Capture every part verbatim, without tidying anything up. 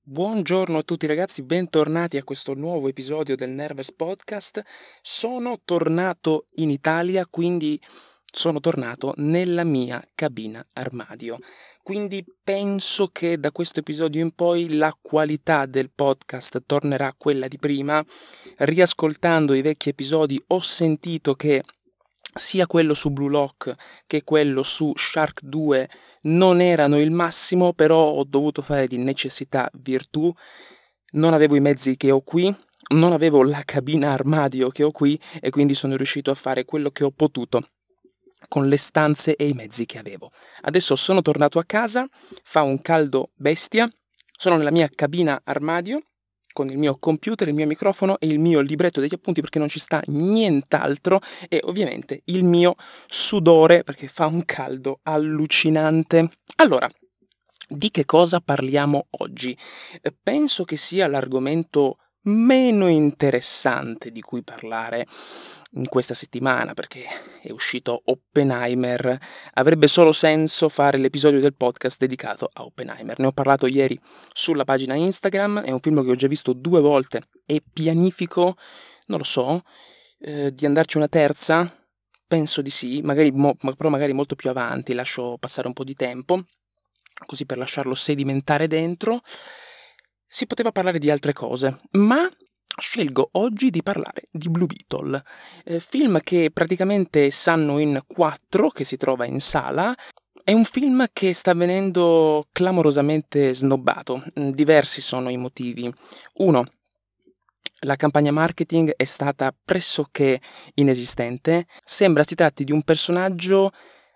Buongiorno a tutti ragazzi, bentornati a questo nuovo episodio del Nervous Podcast. Sono tornato in Italia, quindi sono tornato nella mia cabina armadio. Quindi penso che da questo episodio in poi la qualità del podcast tornerà quella di prima. Riascoltando i vecchi episodi ho sentito che sia quello su Blue Lock che quello su Shark due non erano il massimo, però ho dovuto fare di necessità virtù. Non avevo i mezzi che ho qui, non avevo la cabina armadio che ho qui e quindi sono riuscito a fare quello che ho potuto con le stanze e i mezzi che avevo. Adesso sono tornato a casa, fa un caldo bestia, sono nella mia cabina armadio con il mio computer, il mio microfono e il mio libretto degli appunti perché non ci sta nient'altro e ovviamente il mio sudore perché fa un caldo allucinante. Allora, di che cosa parliamo oggi? Eh, Penso che sia l'argomento meno interessante di cui parlare in questa settimana perché è uscito Oppenheimer. Avrebbe solo senso fare l'episodio del podcast dedicato a Oppenheimer. Ne ho parlato ieri sulla pagina Instagram, è un film che ho già visto due volte e pianifico, non lo so, eh, di andarci una terza. Penso di sì, magari mo- ma- però magari molto più avanti, lascio passare un po' di tempo, così per lasciarlo sedimentare dentro. Si poteva parlare di altre cose, ma scelgo oggi di parlare di Blue Beetle, eh, film che praticamente sanno in quattro, che si trova in sala. È un film che sta venendo clamorosamente snobbato. Mm, Diversi sono i motivi. Uno, la campagna marketing è stata pressoché inesistente. Sembra si tratti di un personaggio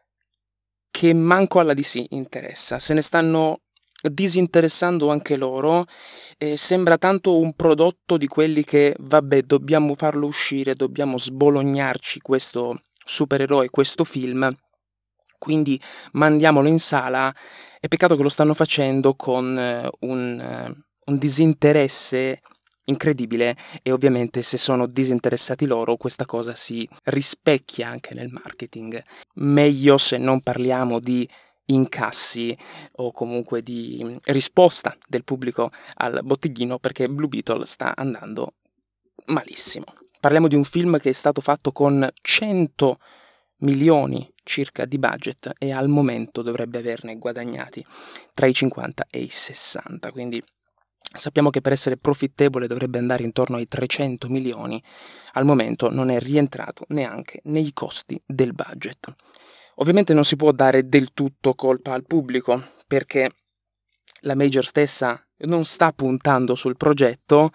che manco alla D C interessa. Se ne stanno disinteressando anche loro. E sembra tanto un prodotto di quelli che, vabbè, dobbiamo farlo uscire, dobbiamo sbolognarci questo supereroe, questo film, quindi mandiamolo in sala. È peccato che lo stanno facendo con eh, un, eh, un disinteresse incredibile e ovviamente se sono disinteressati loro questa cosa si rispecchia anche nel marketing. Meglio se non parliamo di incassi o comunque di risposta del pubblico al botteghino perché Blue Beetle sta andando malissimo. Parliamo di un film che è stato fatto con cento milioni circa di budget e al momento dovrebbe averne guadagnati tra i cinquanta e i sessanta, quindi sappiamo che per essere profittevole dovrebbe andare intorno ai trecento milioni, al momento non è rientrato neanche nei costi del budget. Ovviamente non si può dare del tutto colpa al pubblico, perché la major stessa non sta puntando sul progetto.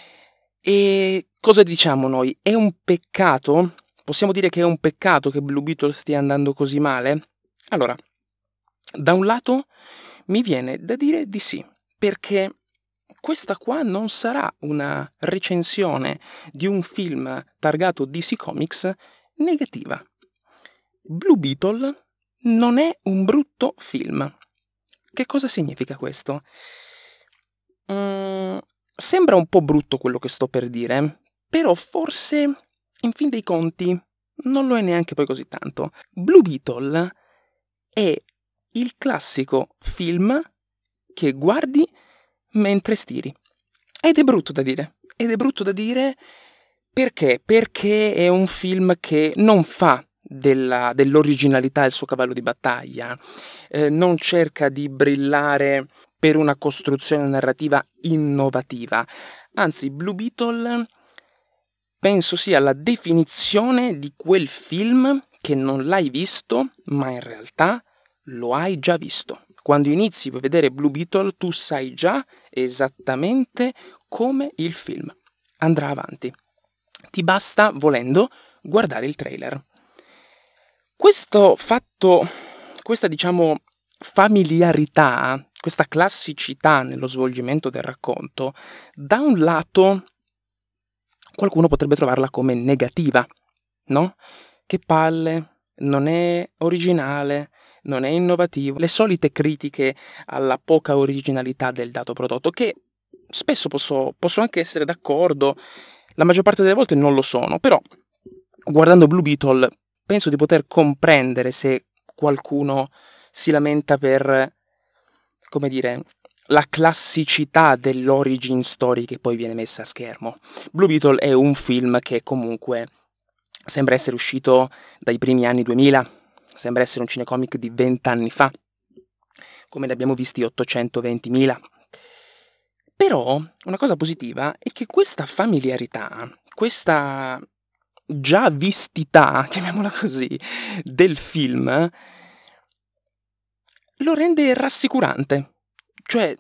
E cosa diciamo noi? È un peccato? Possiamo dire che è un peccato che Blue Beetle stia andando così male? Allora, da un lato mi viene da dire di sì, perché questa qua non sarà una recensione di un film targato D C Comics negativa. Blue Beetle non è un brutto film. Che cosa significa questo? Mm, sembra un po' brutto quello che sto per dire, però forse, in fin dei conti, non lo è neanche poi così tanto. Blue Beetle è il classico film che guardi mentre stiri. Ed è brutto da dire. Ed è brutto da dire perché? Perché è un film che non fa della, dell'originalità il suo cavallo di battaglia, eh, non cerca di brillare per una costruzione narrativa innovativa. Anzi, Blue Beetle penso sia la definizione di quel film che non l'hai visto, ma in realtà lo hai già visto. Quando inizi a vedere Blue Beetle, tu sai già esattamente come il film andrà avanti. Ti basta, volendo, guardare il trailer. Questo fatto, questa diciamo familiarità, questa classicità nello svolgimento del racconto, da un lato qualcuno potrebbe trovarla come negativa, no? Che palle, non è originale, non è innovativo, le solite critiche alla poca originalità del dato prodotto, che spesso posso, posso anche essere d'accordo, la maggior parte delle volte non lo sono, però guardando Blue Beetle penso di poter comprendere se qualcuno si lamenta per, come dire, la classicità dell'origin story che poi viene messa a schermo. Blue Beetle è un film che comunque sembra essere uscito dai primi anni duemila, sembra essere un cinecomic di vent'anni fa, come ne abbiamo visti ottocentoventimila. Però una cosa positiva è che questa familiarità, questa già vistità, chiamiamola così, del film, lo rende rassicurante. Cioè,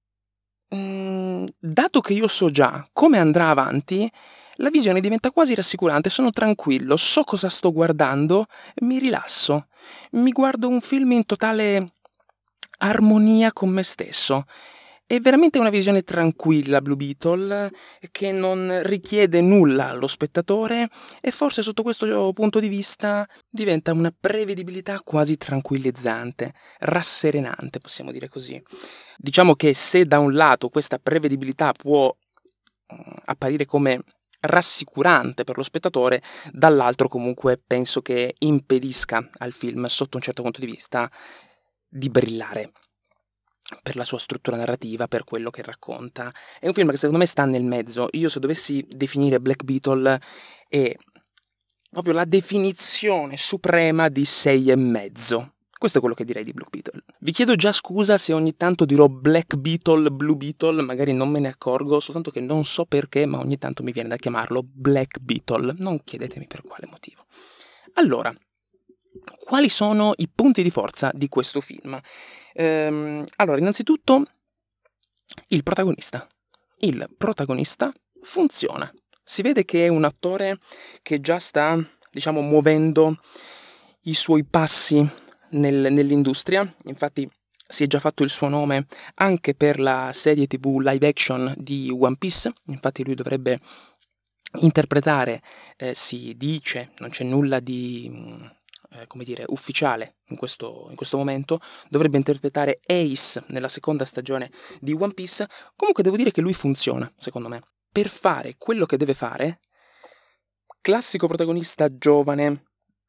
mhmm, dato che io so già come andrà avanti, la visione diventa quasi rassicurante, sono tranquillo, so cosa sto guardando, mi rilasso. Mi guardo un film in totale armonia con me stesso. È veramente una visione tranquilla Blue Beetle, che non richiede nulla allo spettatore e forse sotto questo punto di vista diventa una prevedibilità quasi tranquillizzante, rasserenante, possiamo dire così. Diciamo che se da un lato questa prevedibilità può mhmm, apparire come rassicurante per lo spettatore, dall'altro comunque penso che impedisca al film, sotto un certo punto di vista, di brillare per la sua struttura narrativa, per quello che racconta. È un film che secondo me sta nel mezzo. Io se dovessi definire Black Beetle è proprio la definizione suprema di sei e mezzo. Questo è quello che direi di Blue Beetle. Vi chiedo già scusa se ogni tanto dirò Black Beetle, Blue Beetle, magari non me ne accorgo, soltanto che non so perché, ma ogni tanto mi viene da chiamarlo Black Beetle. Non chiedetemi per quale motivo. Allora, quali sono i punti di forza di questo film? Ehm, allora, innanzitutto, il protagonista. Il protagonista funziona. Si vede che è un attore che già sta, diciamo, muovendo i suoi passi nel- nell'industria. Infatti si è già fatto il suo nome anche per la serie tivù live action di One Piece. Infatti lui dovrebbe interpretare, eh, si dice, non c'è nulla di, mh, eh, come dire, ufficiale in questo, in questo momento, dovrebbe interpretare Ace nella seconda stagione di One Piece. Comunque devo dire che lui funziona, secondo me. Per fare quello che deve fare, classico protagonista giovane,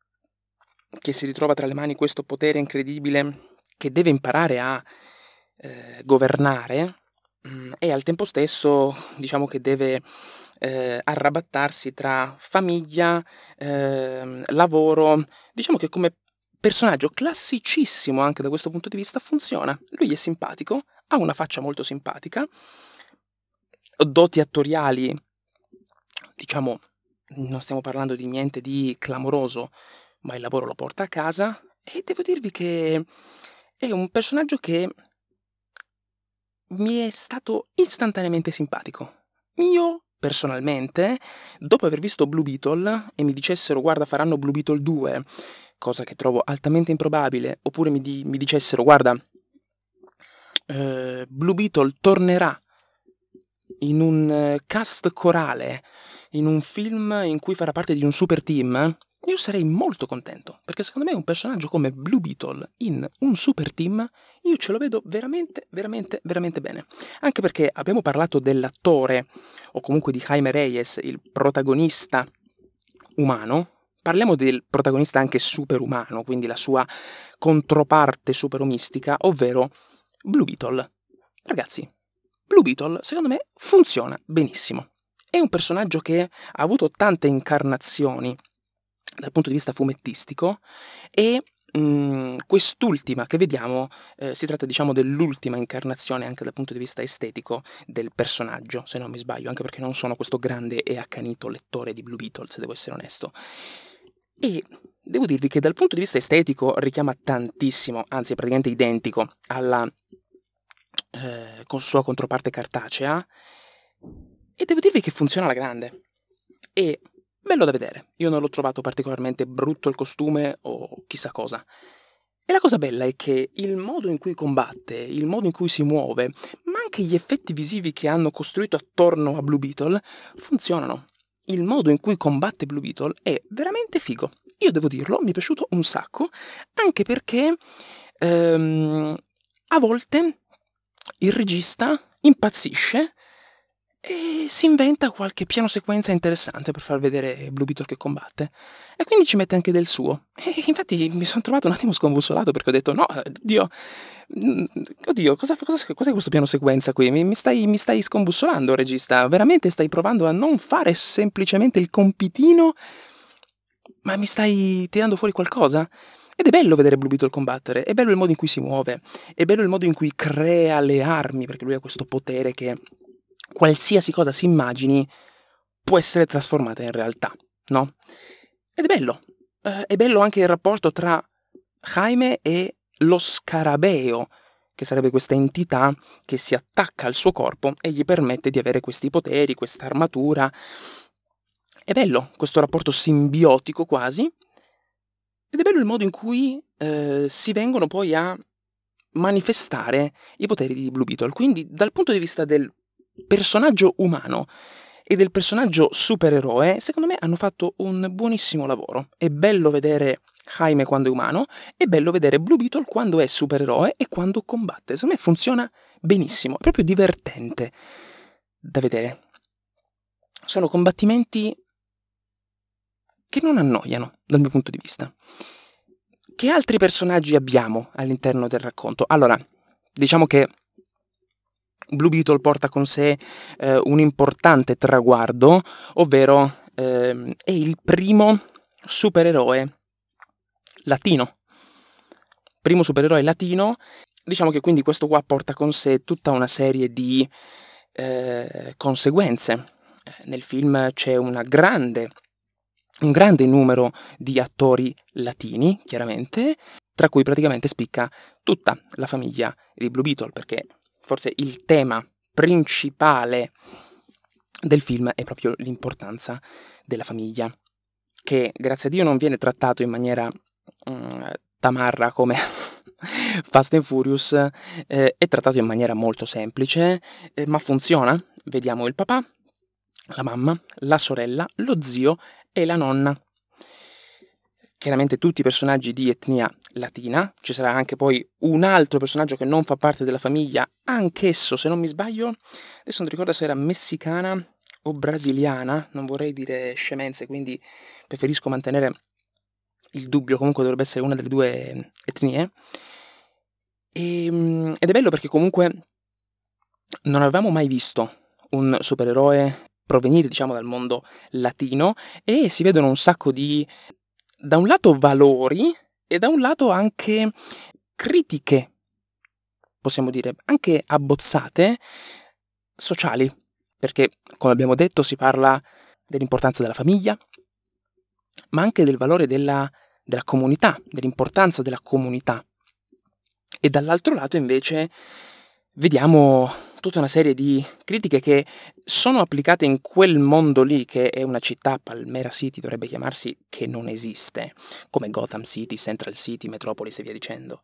che si ritrova tra le mani questo potere incredibile, che deve imparare a eh, governare, mh, e al tempo stesso, diciamo che deve eh, arrabattarsi tra famiglia, ehm, lavoro. Diciamo che come personaggio classicissimo anche da questo punto di vista funziona. Lui è simpatico, ha una faccia molto simpatica, doti attoriali, diciamo, non stiamo parlando di niente di clamoroso, ma il lavoro lo porta a casa e devo dirvi che è un personaggio che mi è stato istantaneamente simpatico. Io, personalmente, dopo aver visto Blue Beetle e mi dicessero guarda faranno Blue Beetle due, cosa che trovo altamente improbabile, oppure mi, di- mi dicessero guarda eh, Blue Beetle tornerà in un eh, cast corale, in un film in cui farà parte di un super team, io sarei molto contento, perché secondo me un personaggio come Blue Beetle in un super team, io ce lo vedo veramente, veramente, veramente bene. Anche perché abbiamo parlato dell'attore, o comunque di Jaime Reyes, il protagonista umano, parliamo del protagonista anche superumano, quindi la sua controparte superomistica, ovvero Blue Beetle. Ragazzi, Blue Beetle, secondo me, funziona benissimo. È un personaggio che ha avuto tante incarnazioni dal punto di vista fumettistico e mh, quest'ultima che vediamo eh, si tratta, diciamo, dell'ultima incarnazione anche dal punto di vista estetico del personaggio, se non mi sbaglio, anche perché non sono questo grande e accanito lettore di Blue Beetle, se devo essere onesto. E devo dirvi che dal punto di vista estetico richiama tantissimo, anzi è praticamente identico alla eh, con sua controparte cartacea, e devo dirvi che funziona alla grande. E bello da vedere. Io non l'ho trovato particolarmente brutto il costume o chissà cosa. E la cosa bella è che il modo in cui combatte, il modo in cui si muove, ma anche gli effetti visivi che hanno costruito attorno a Blue Beetle funzionano. Il modo in cui combatte Blue Beetle è veramente figo. Io devo dirlo, mi è piaciuto un sacco, anche perché ehm, a volte il regista impazzisce e si inventa qualche piano sequenza interessante per far vedere Blue Beetle che combatte. E quindi ci mette anche del suo. E infatti mi son trovato un attimo scombussolato perché ho detto: "No, Dio, mhmm, oddio, cosa f cosa cos'è questo piano sequenza qui? Mi mi stai mi stai scombussolando regista, veramente stai provando a non fare semplicemente il compitino, ma mi stai tirando fuori qualcosa?" Ed è bello vedere Blue Beetle combattere, è bello il modo in cui si muove, è bello il modo in cui crea le armi, perché lui ha questo potere che qualsiasi cosa si immagini può essere trasformata in realtà, no? Ed è bello. Eh, è bello anche il rapporto tra Jaime e lo scarabeo, che sarebbe questa entità che si attacca al suo corpo e gli permette di avere questi poteri, questa armatura. È bello questo rapporto simbiotico quasi, ed è bello il modo in cui eh, si vengono poi a manifestare i poteri di Blue Beetle. Quindi, dal punto di vista del personaggio umano e del personaggio supereroe, secondo me hanno fatto un buonissimo lavoro. È bello vedere Jaime quando è umano, è bello vedere Blue Beetle quando è supereroe e quando combatte. Secondo me funziona benissimo, è proprio divertente da vedere. Sono combattimenti che non annoiano, dal mio punto di vista. Che altri personaggi abbiamo all'interno del racconto? Allora, diciamo che Blue Beetle porta con sé eh, un importante traguardo, ovvero ehm, è il primo supereroe latino. Primo supereroe latino, diciamo che quindi questo qua porta con sé tutta una serie di eh, conseguenze. Nel film c'è una grande, un grande numero di attori latini, chiaramente, tra cui praticamente spicca tutta la famiglia di Blue Beetle, perché forse il tema principale del film è proprio l'importanza della famiglia, che grazie a Dio non viene trattato in maniera mm, tamarra come Fast and Furious, eh, è trattato in maniera molto semplice, eh, ma funziona. Vediamo il papà, la mamma, la sorella, lo zio e la nonna. Chiaramente tutti i personaggi di etnia latina, ci sarà anche poi un altro personaggio che non fa parte della famiglia, anch'esso, se non mi sbaglio, adesso non ricordo se era messicana o brasiliana, non vorrei dire scemenze, quindi preferisco mantenere il dubbio, comunque dovrebbe essere una delle due etnie. E, ed è bello perché comunque non avevamo mai visto un supereroe provenire, diciamo, dal mondo latino, e si vedono un sacco di, da un lato, valori e da un lato anche critiche, possiamo dire, anche abbozzate, sociali, perché, come abbiamo detto, si parla dell'importanza della famiglia, ma anche del valore della, della comunità, dell'importanza della comunità. E dall'altro lato, invece, vediamo tutta una serie di critiche che sono applicate in quel mondo lì, che è una città, Palmera City dovrebbe chiamarsi, che non esiste, come Gotham City, Central City, Metropolis e via dicendo.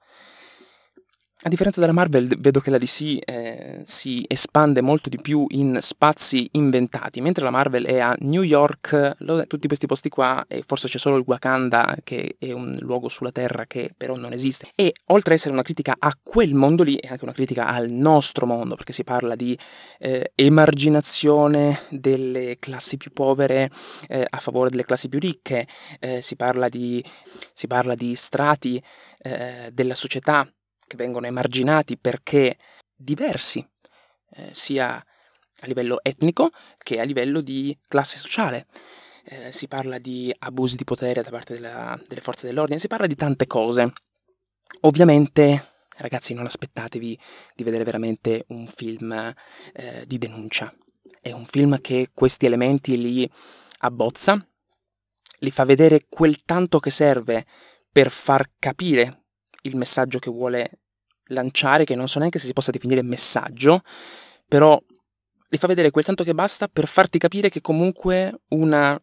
A differenza della Marvel, vedo che la D C eh, si espande molto di più in spazi inventati, mentre la Marvel è a New York, lo- tutti questi posti qua, e forse c'è solo il Wakanda, che è un luogo sulla Terra che però non esiste. E oltre ad essere una critica a quel mondo lì, è anche una critica al nostro mondo, perché si parla di eh, emarginazione delle classi più povere eh, a favore delle classi più ricche, eh, si parla di, si parla di strati eh, della società che vengono emarginati perché diversi, eh, sia a livello etnico che a livello di classe sociale. Eh, si parla di abusi di potere da parte della- delle forze dell'ordine, si parla di tante cose. Ovviamente, ragazzi, non aspettatevi di vedere veramente un film eh, di denuncia. È un film che questi elementi li abbozza, li fa vedere quel tanto che serve per far capire il messaggio che vuole lanciare, che non so neanche se si possa definire messaggio, però li fa vedere quel tanto che basta per farti capire che comunque una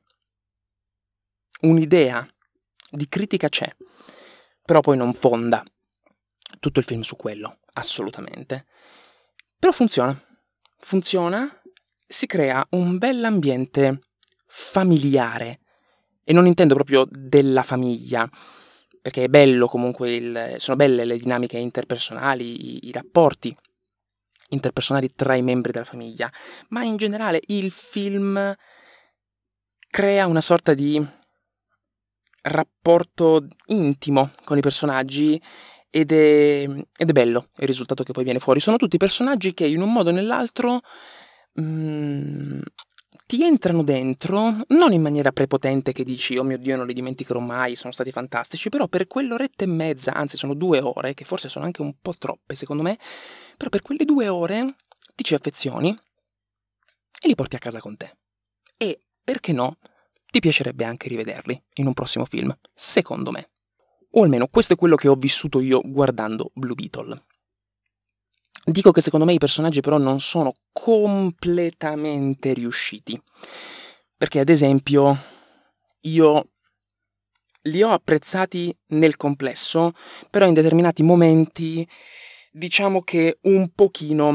un'idea di critica c'è, però poi non fonda tutto il film su quello, assolutamente. Però funziona, funziona, si crea un bell'ambiente familiare, e non intendo proprio della famiglia, perché è bello comunque il sono belle le dinamiche interpersonali, i i rapporti interpersonali tra i membri della famiglia, ma in generale il film crea una sorta di rapporto intimo con i personaggi ed è, ed è bello il risultato che poi viene fuori. Sono tutti personaggi che in un modo o nell'altro mm, ti entrano dentro, non in maniera prepotente che dici oh mio Dio non li dimenticherò mai, sono stati fantastici, però per quell'oretta e mezza, anzi sono due ore, che forse sono anche un po' troppe secondo me, però per quelle due ore ti ci affezioni e li porti a casa con te. E, perché no, ti piacerebbe anche rivederli in un prossimo film, secondo me. O almeno questo è quello che ho vissuto io guardando Blue Beetle. Dico che secondo me i personaggi però non sono completamente riusciti. Perché ad esempio io li ho apprezzati nel complesso, però in determinati momenti diciamo che un pochino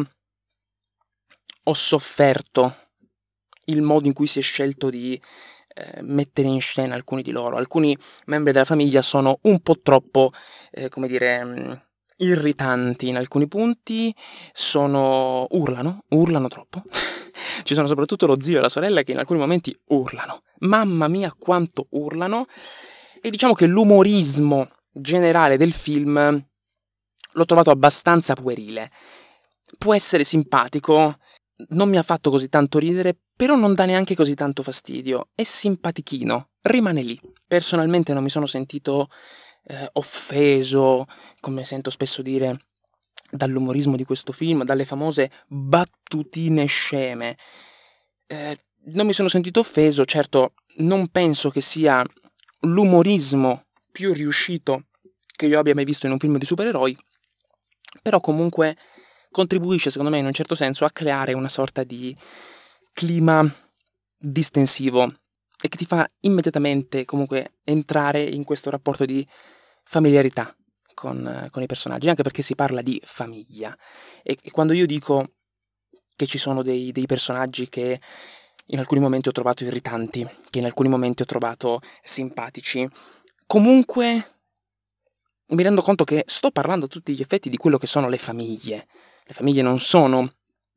ho sofferto il modo in cui si è scelto di eh, mettere in scena alcuni di loro. Alcuni membri della famiglia sono un po' troppo, eh, come dire, mh, irritanti in alcuni punti, sono... urlano, urlano troppo. Ci sono soprattutto lo zio e la sorella che in alcuni momenti urlano. Mamma mia quanto urlano! E diciamo che l'umorismo generale del film l'ho trovato abbastanza puerile. Può essere simpatico, non mi ha fatto così tanto ridere, però non dà neanche così tanto fastidio. È simpatichino, rimane lì. Personalmente non mi sono sentito eh, offeso, come sento spesso dire, dall'umorismo di questo film, dalle famose battutine sceme. Eh, non mi sono sentito offeso, certo, non penso che sia l'umorismo più riuscito che io abbia mai visto in un film di supereroi, però comunque contribuisce, secondo me, in un certo senso, a creare una sorta di clima distensivo e che ti fa immediatamente comunque entrare in questo rapporto di familiarità con, con i personaggi, anche perché si parla di famiglia. E, e quando io dico che ci sono dei, dei personaggi che in alcuni momenti ho trovato irritanti, che in alcuni momenti ho trovato simpatici, comunque mi rendo conto che sto parlando a tutti gli effetti di quello che sono le famiglie. Le famiglie non sono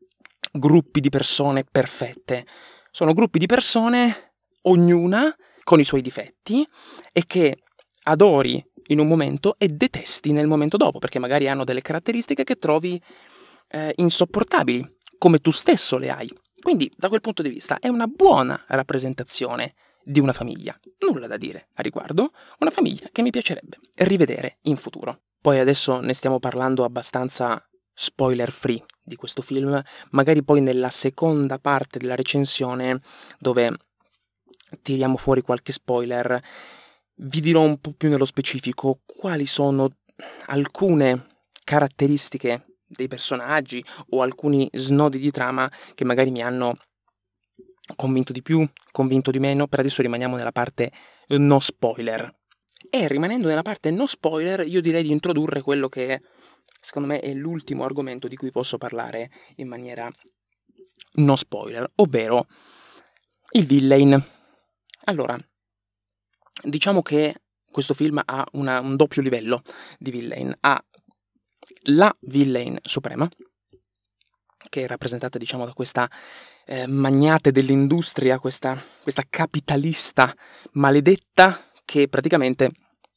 gruppi di persone perfette, sono gruppi di persone, ognuna con i suoi difetti, e che adori in un momento e detesti nel momento dopo, perché magari hanno delle caratteristiche che trovi eh, insopportabili, come tu stesso le hai. Quindi, da quel punto di vista, è una buona rappresentazione di una famiglia. Nulla da dire a riguardo, una famiglia che mi piacerebbe rivedere in futuro. Poi adesso ne stiamo parlando abbastanza spoiler free di questo film, magari poi nella seconda parte della recensione, dove tiriamo fuori qualche spoiler, vi dirò un po' più nello specifico quali sono alcune caratteristiche dei personaggi o alcuni snodi di trama che magari mi hanno convinto di più, convinto di meno. Per adesso rimaniamo nella parte no spoiler. E rimanendo nella parte no spoiler, io direi di introdurre quello che secondo me è l'ultimo argomento di cui posso parlare in maniera no spoiler, ovvero il villain. Allora, diciamo che questo film ha una, un doppio livello di villain. Ha la villain suprema, che è rappresentata, diciamo, da questa eh, magnate dell'industria, questa, questa capitalista maledetta che praticamente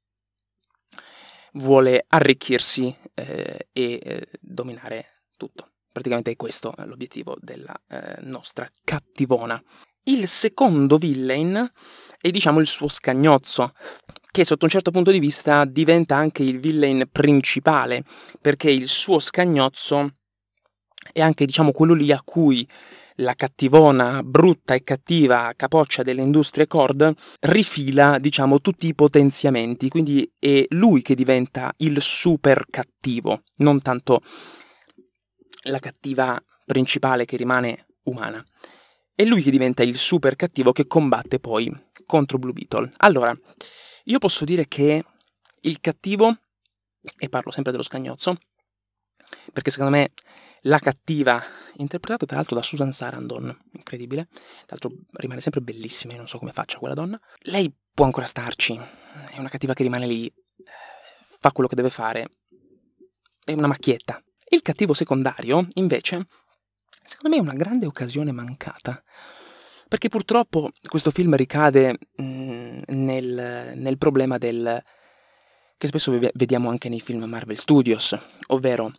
vuole arricchirsi eh, e eh, dominare tutto. Praticamente è questo l'obiettivo della eh, nostra cattivona. Il secondo villain è, diciamo, il suo scagnozzo, che sotto un certo punto di vista diventa anche il villain principale, perché il suo scagnozzo è anche, diciamo, quello lì a cui la cattivona, brutta e cattiva capoccia delle industrie Cord rifila, diciamo, tutti i potenziamenti, quindi è lui che diventa il super cattivo, non tanto la cattiva principale che rimane umana. È lui che diventa il super cattivo che combatte poi contro Blue Beetle. Allora, io posso dire che il cattivo, e parlo sempre dello scagnozzo, perché secondo me la cattiva, interpretata tra l'altro da Susan Sarandon, incredibile, tra l'altro rimane sempre bellissima, io non so come faccia quella donna, lei può ancora starci, è una cattiva che rimane lì, fa quello che deve fare, è una macchietta, Il cattivo secondario, invece, secondo me è una grande occasione mancata, perché purtroppo questo film ricade mh, nel, nel problema del che spesso ve- vediamo anche nei film Marvel Studios, ovvero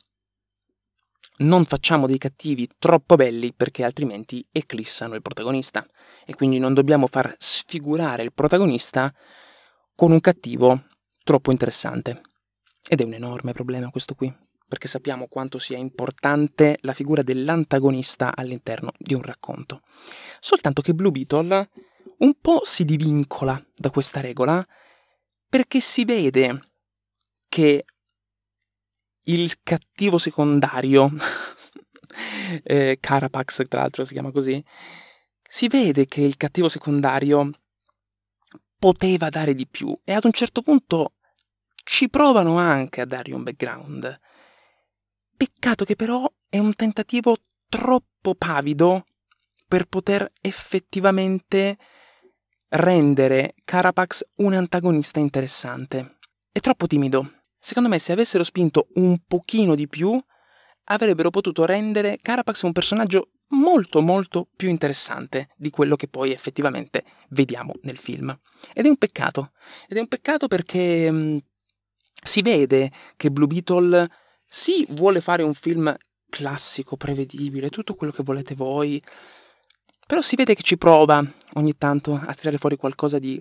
non facciamo dei cattivi troppo belli perché altrimenti eclissano il protagonista e quindi non dobbiamo far sfigurare il protagonista con un cattivo troppo interessante. Ed è un enorme problema questo qui, perché sappiamo quanto sia importante la figura dell'antagonista all'interno di un racconto. Soltanto che Blue Beetle un po' si divincola da questa regola perché si vede che il cattivo secondario, eh, Carapax tra l'altro si chiama così, si vede che il cattivo secondario poteva dare di più e ad un certo punto ci provano anche a dargli un background. Peccato che però è un tentativo troppo pavido per poter effettivamente rendere Carapax un antagonista interessante. È troppo timido. Secondo me se avessero spinto un pochino di più avrebbero potuto rendere Carapax un personaggio molto molto più interessante di quello che poi effettivamente vediamo nel film. Ed è un peccato. Ed è un peccato perché mh, si vede che Blue Beetle sì vuole fare un film classico, prevedibile, tutto quello che volete voi, però si vede che ci prova ogni tanto a tirare fuori qualcosa di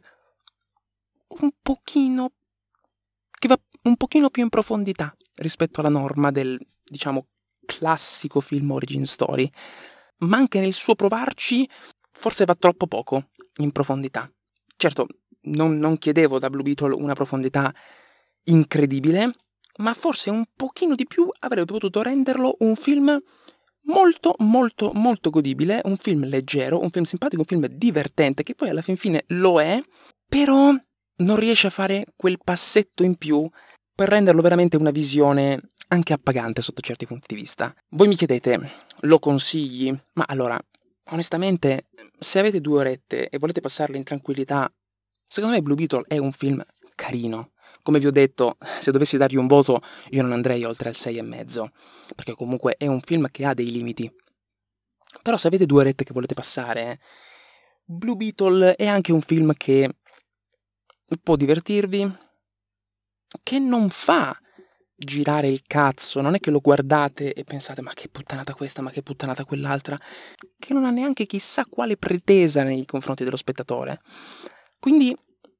un pochino che va un pochino più in profondità rispetto alla norma del, diciamo, classico film origin story, ma anche nel suo provarci forse va troppo poco in profondità. Certo, non, non chiedevo da Blue Beetle una profondità incredibile, ma forse un pochino di più avrebbe potuto renderlo un film molto molto molto godibile, un film leggero, un film simpatico, un film divertente, che poi alla fin fine lo è, però non riesce a fare quel passetto in più per renderlo veramente una visione anche appagante sotto certi punti di vista. Voi mi chiedete, lo consigli? Ma allora, onestamente, se avete due orette e volete passarle in tranquillità, secondo me Blue Beetle è un film carino. Come vi ho detto, se dovessi dargli un voto, io non andrei oltre al sei e mezzo, perché comunque è un film che ha dei limiti. Però se avete due orette che volete passare, Blue Beetle è anche un film che può divertirvi, che non fa girare il cazzo, non è che lo guardate e pensate ma che puttanata questa, ma che puttanata quell'altra, che non ha neanche chissà quale pretesa nei confronti dello spettatore. Quindi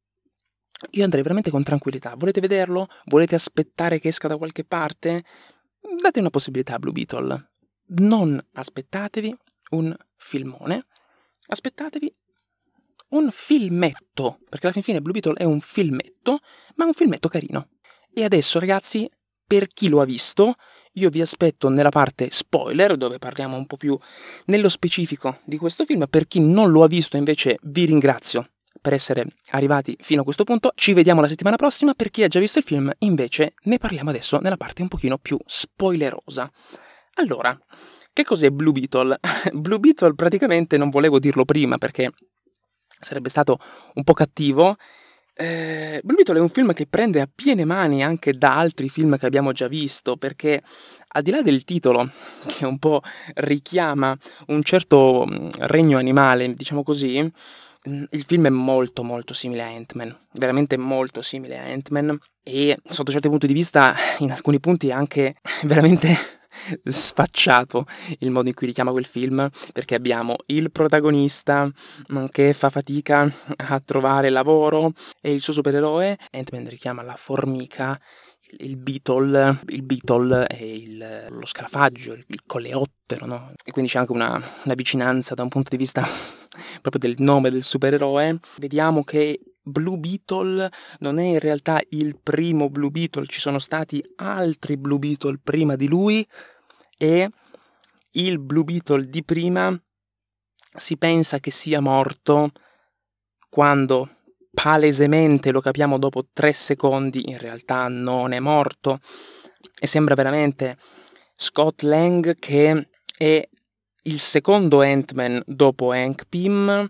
io andrei veramente con tranquillità. Volete vederlo? Volete aspettare che esca da qualche parte? Date una possibilità a Blue Beetle. Non aspettatevi un filmone, aspettatevi un filmetto, perché alla fin fine Blue Beetle è un filmetto, ma un filmetto carino. E adesso ragazzi, per chi lo ha visto, io vi aspetto nella parte spoiler, dove parliamo un po' più nello specifico di questo film. Per chi non lo ha visto invece vi ringrazio per essere arrivati fino a questo punto. Ci vediamo la settimana prossima. Per chi ha già visto il film invece ne parliamo adesso nella parte un pochino più spoilerosa. Allora, che cos'è Blue Beetle? Blue Beetle praticamente non volevo dirlo prima perché sarebbe stato un po' cattivo. Eh, Blue Beetle è un film che prende a piene mani anche da altri film che abbiamo già visto, perché al di là del titolo, che un po' richiama un certo mh, regno animale, diciamo così, mh, il film è molto molto simile a Ant-Man, veramente molto simile a Ant-Man, e sotto certi punti di vista, in alcuni punti è anche veramente sfacciato il modo in cui richiama quel film, perché abbiamo il protagonista mm, che fa fatica a trovare lavoro e il suo supereroe. Ant-Man richiama la formica, il, il Beetle, il Beetle è il, lo scarafaggio, il, il coleottero, no? E quindi c'è anche una, una vicinanza da un punto di vista proprio del nome del supereroe. Vediamo che Blue Beetle non è in realtà il primo Blue Beetle, ci sono stati altri Blue Beetle prima di lui e il Blue Beetle di prima si pensa che sia morto quando palesemente, lo capiamo dopo tre secondi, in realtà non è morto e sembra veramente Scott Lang che è il secondo Ant-Man dopo Hank Pym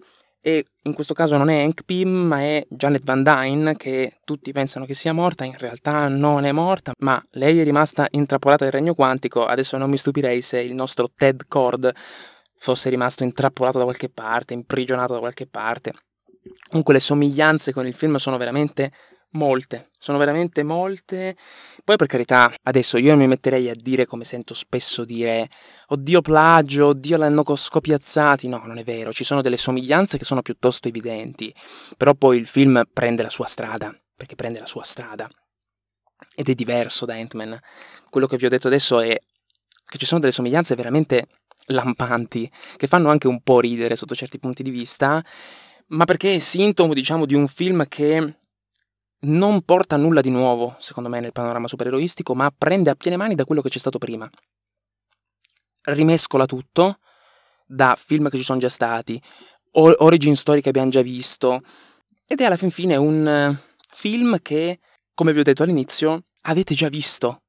e in questo caso non è Hank Pym, ma è Janet Van Dyne, che tutti pensano che sia morta, in realtà non è morta, ma lei è rimasta intrappolata nel regno quantico. Adesso non mi stupirei se il nostro Ted Cord fosse rimasto intrappolato da qualche parte, imprigionato da qualche parte. Comunque le somiglianze con il film sono veramente molte, sono veramente molte. Poi per carità, adesso io non mi metterei a dire, come sento spesso dire, oddio plagio, oddio l'hanno co- scopiazzati. No, non è vero, ci sono delle somiglianze che sono piuttosto evidenti, però poi il film prende la sua strada, perché prende la sua strada, ed è diverso da Ant-Man. Quello che vi ho detto adesso è che ci sono delle somiglianze veramente lampanti, che fanno anche un po' ridere sotto certi punti di vista, ma perché è sintomo, diciamo, di un film che non porta nulla di nuovo, secondo me, nel panorama supereroistico, ma prende a piene mani da quello che c'è stato prima. Rimescola tutto, da film che ci sono già stati, o- origin story che abbiamo già visto, ed è alla fin fine un eh, film che, come vi ho detto all'inizio, avete già visto,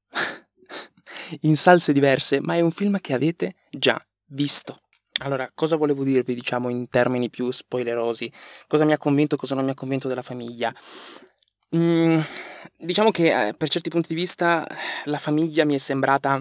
in salse diverse, ma è un film che avete già visto. Allora, cosa volevo dirvi, diciamo, in termini più spoilerosi? Cosa mi ha convinto e cosa non mi ha convinto della famiglia? Mm, diciamo che eh, per certi punti di vista la famiglia mi è sembrata...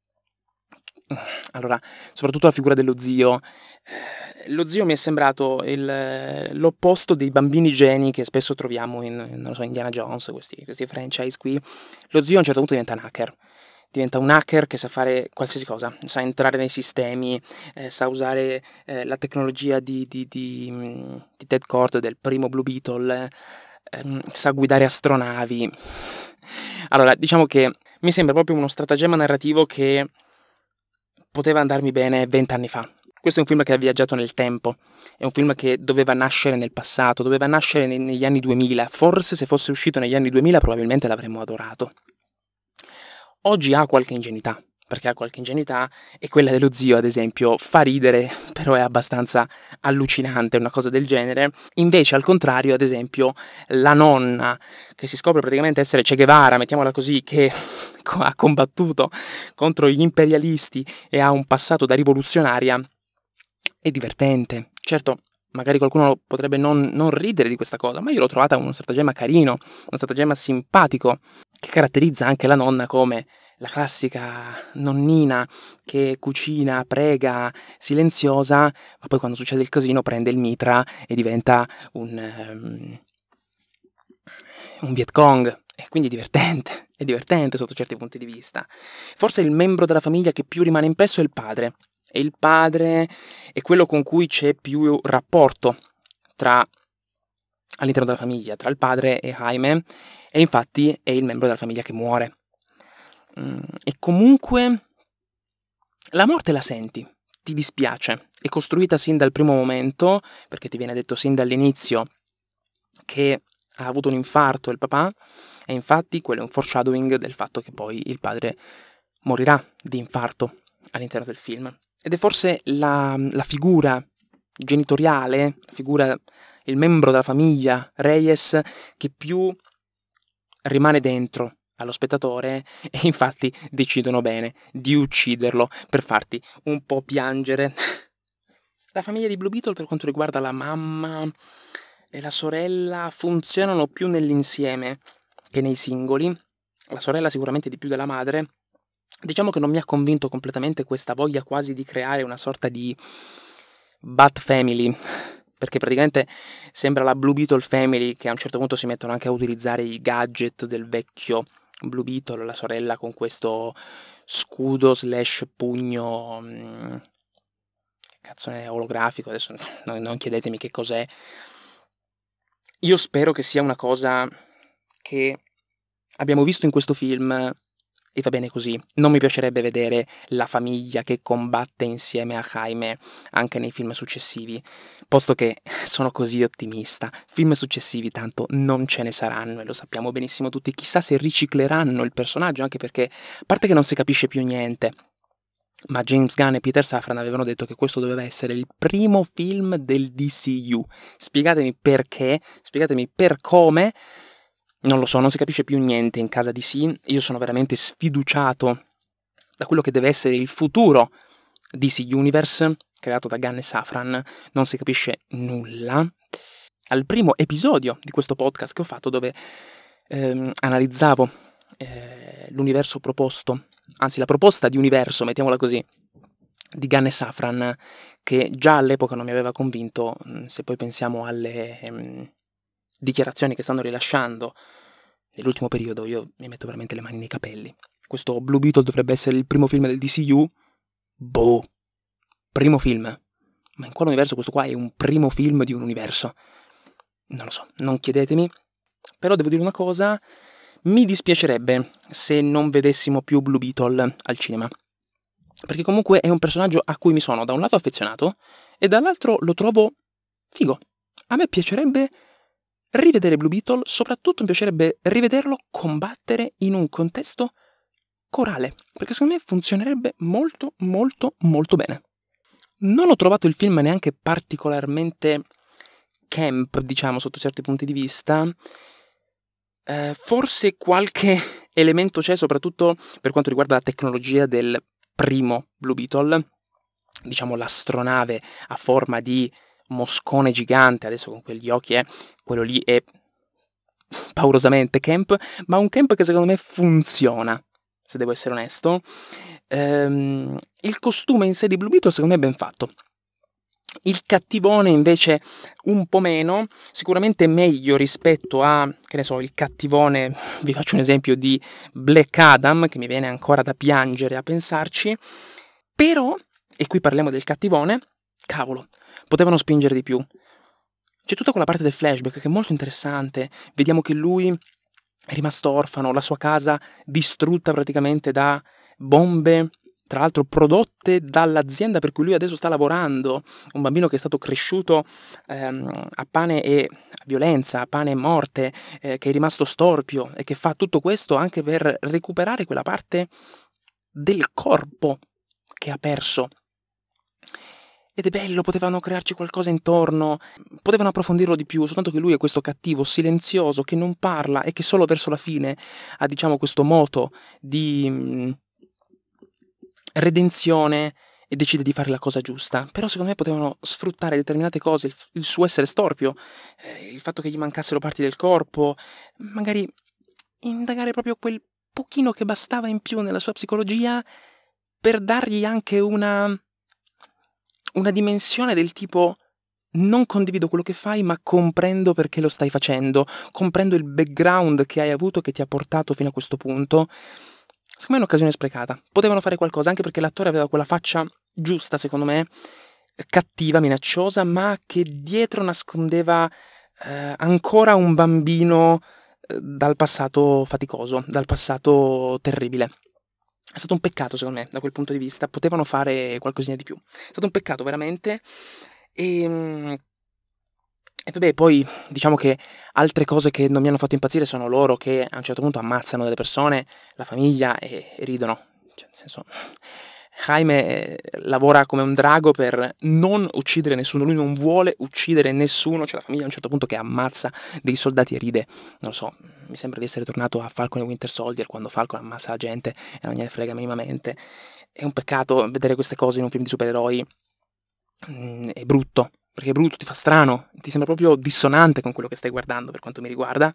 Allora, soprattutto la figura dello zio. Eh, Lo zio mi è sembrato il- l'opposto dei bambini geni che spesso troviamo in, non lo so, Indiana Jones, questi, questi franchise qui. Lo zio a un certo punto diventa un hacker. Diventa un hacker che sa fare qualsiasi cosa, sa entrare nei sistemi, eh, sa usare eh, la tecnologia di, di, di, mm, di Ted Kord, del primo Blue Beetle, ehm, sa guidare astronavi. Allora, diciamo che mi sembra proprio uno stratagemma narrativo che poteva andarmi bene vent'anni fa. Questo è un film che ha viaggiato nel tempo, è un film che doveva nascere nel passato, doveva nascere ne- negli anni duemila, forse se fosse uscito negli anni duemila probabilmente l'avremmo adorato. Oggi ha qualche ingenuità, perché ha qualche ingenuità, e quella dello zio, ad esempio, fa ridere, però è abbastanza allucinante una cosa del genere. Invece, al contrario, ad esempio, la nonna, che si scopre praticamente essere Che Guevara, mettiamola così, che co- ha combattuto contro gli imperialisti e ha un passato da rivoluzionaria, è divertente. Certo, magari qualcuno potrebbe non, non ridere di questa cosa, ma io l'ho trovata uno stratagemma carino, uno stratagemma simpatico, che caratterizza anche la nonna come la classica nonnina che cucina, prega, silenziosa, ma poi quando succede il casino prende il mitra e diventa un, ehm, un Viet Cong. E quindi è divertente, è divertente sotto certi punti di vista. Forse il membro della famiglia che più rimane impresso è il padre. E il padre è quello con cui c'è più rapporto tra all'interno della famiglia, tra il padre e Jaime, e infatti è il membro della famiglia che muore. Mm, e comunque la morte la senti, ti dispiace, è costruita sin dal primo momento, perché ti viene detto sin dall'inizio che ha avuto un infarto il papà, e infatti quello è un foreshadowing del fatto che poi il padre morirà di infarto all'interno del film. Ed è forse la, la figura genitoriale, la figura, il membro della famiglia, Reyes, che più rimane dentro allo spettatore, e infatti decidono bene di ucciderlo per farti un po' piangere. La famiglia di Blue Beetle, per quanto riguarda la mamma e la sorella, funzionano più nell'insieme che nei singoli. La sorella sicuramente di più della madre. Diciamo che non mi ha convinto completamente questa voglia quasi di creare una sorta di Bat Family, perché praticamente sembra la Blue Beetle Family, che a un certo punto si mettono anche a utilizzare i gadget del vecchio Blue Beetle, la sorella con questo scudo slash pugno, mm, che cazzo è, olografico, adesso no- non chiedetemi che cos'è. Io spero che sia una cosa che abbiamo visto in questo film e va bene così. Non mi piacerebbe vedere la famiglia che combatte insieme a Jaime anche nei film successivi, posto che sono così ottimista. Film successivi tanto non ce ne saranno e lo sappiamo benissimo tutti. Chissà se ricicleranno il personaggio, anche perché, a parte che non si capisce più niente, ma James Gunn e Peter Safran avevano detto che questo doveva essere il primo film del D C U. Spiegatemi perché, spiegatemi per come. Non lo so, non si capisce più niente in casa D C. Io sono veramente sfiduciato da quello che deve essere il futuro D C Universe, creato da Gunn e Safran, non si capisce nulla. Al primo episodio di questo podcast che ho fatto, dove ehm, analizzavo eh, l'universo proposto, anzi la proposta di universo, mettiamola così, di Gunn e Safran, che già all'epoca non mi aveva convinto. Se poi pensiamo alle ehm, dichiarazioni che stanno rilasciando nell'ultimo periodo, io mi metto veramente le mani nei capelli. Questo Blue Beetle dovrebbe essere il primo film del D C U? Boh, primo film. Ma in quale universo questo qua è un primo film di un universo? Non lo so, non chiedetemi. Però devo dire una cosa, mi dispiacerebbe se non vedessimo più Blue Beetle al cinema. Perché comunque è un personaggio a cui mi sono da un lato affezionato e dall'altro lo trovo figo. A me piacerebbe rivedere Blue Beetle, soprattutto mi piacerebbe rivederlo combattere in un contesto corale, perché secondo me funzionerebbe molto molto molto bene. Non ho trovato il film neanche particolarmente camp, diciamo, sotto certi punti di vista. Eh, forse qualche elemento c'è, soprattutto per quanto riguarda la tecnologia del primo Blue Beetle, diciamo l'astronave a forma di moscone gigante, adesso con quegli occhi, eh, quello lì è paurosamente camp, ma un camp che secondo me funziona, se devo essere onesto. Ehm, il costume in sé di Blue Beetle secondo me è ben fatto. Il cattivone invece un po' meno, sicuramente meglio rispetto a, che ne so, il cattivone, vi faccio un esempio di Black Adam, che mi viene ancora da piangere a pensarci, però, e qui parliamo del cattivone, cavolo, potevano spingere di più. C'è tutta quella parte del flashback che è molto interessante, vediamo che lui è rimasto orfano, la sua casa distrutta praticamente da bombe, tra l'altro prodotte dall'azienda per cui lui adesso sta lavorando, un bambino che è stato cresciuto ehm, a pane e a violenza, a pane e morte, eh, che è rimasto storpio e che fa tutto questo anche per recuperare quella parte del corpo che ha perso. Ed è bello, potevano crearci qualcosa intorno, potevano approfondirlo di più, soltanto che lui è questo cattivo silenzioso che non parla e che solo verso la fine ha, diciamo, questo moto di mh, redenzione e decide di fare la cosa giusta. Però secondo me potevano sfruttare determinate cose, il, f- il suo essere storpio, eh, il fatto che gli mancassero parti del corpo, magari indagare proprio quel pochino che bastava in più nella sua psicologia per dargli anche una... una dimensione del tipo: non condivido quello che fai, ma comprendo perché lo stai facendo, comprendo il background che hai avuto che ti ha portato fino a questo punto. Secondo me è un'occasione sprecata. Potevano fare qualcosa, anche perché l'attore aveva quella faccia giusta, secondo me, cattiva, minacciosa, ma che dietro nascondeva eh, ancora un bambino eh, dal passato faticoso, dal passato terribile. È stato un peccato, secondo me, da quel punto di vista. Potevano fare qualcosina di più. È stato un peccato, veramente. E, mm, e vabbè, poi diciamo che altre cose che non mi hanno fatto impazzire sono loro che a un certo punto ammazzano delle persone, la famiglia, e, e ridono. Cioè, nel senso, Jaime eh, lavora come un drago per non uccidere nessuno. Lui non vuole uccidere nessuno. C'è la famiglia a un certo punto che ammazza dei soldati e ride. Non lo so, mi sembra di essere tornato a Falcon e Winter Soldier, quando Falcon ammazza la gente e non gliene frega minimamente. È un peccato vedere queste cose in un film di supereroi. Mm, è brutto, perché è brutto, ti fa strano, ti sembra proprio dissonante con quello che stai guardando, per quanto mi riguarda.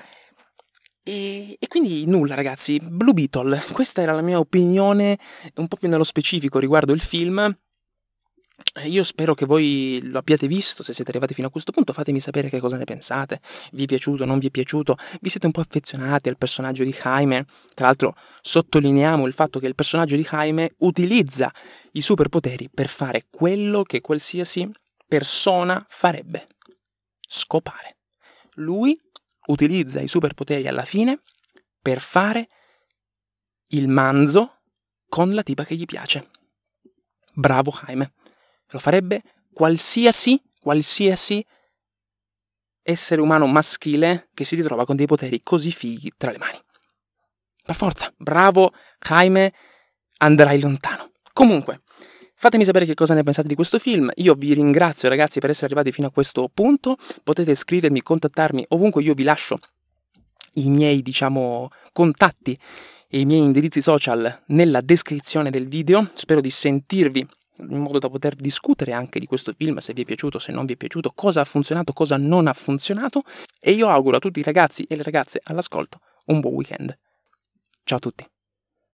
E, e quindi nulla, ragazzi. Blue Beetle, questa era la mia opinione un po' più nello specifico riguardo il film. Eh, Io spero che voi lo abbiate visto. Se siete arrivati fino a questo punto, fatemi sapere che cosa ne pensate. Vi è piaciuto, non vi è piaciuto? Vi siete un po' affezionati al personaggio di Jaime? Tra l'altro sottolineiamo il fatto che il personaggio di Jaime utilizza i superpoteri per fare quello che qualsiasi persona farebbe: scopare. Lui utilizza i superpoteri alla fine per fare il manzo con la tipa che gli piace. Bravo Jaime. Lo farebbe qualsiasi, qualsiasi essere umano maschile che si ritrova con dei poteri così fighi tra le mani. Per forza, bravo Jaime, andrai lontano. Comunque, fatemi sapere che cosa ne pensate di questo film. Io vi ringrazio, ragazzi, per essere arrivati fino a questo punto. Potete scrivermi, contattarmi ovunque. Io vi lascio i miei, diciamo, contatti e i miei indirizzi social nella descrizione del video. Spero di sentirvi in modo da poter discutere anche di questo film, se vi è piaciuto, se non vi è piaciuto, cosa ha funzionato, cosa non ha funzionato, e io auguro a tutti i ragazzi e le ragazze all'ascolto un buon weekend. Ciao a tutti.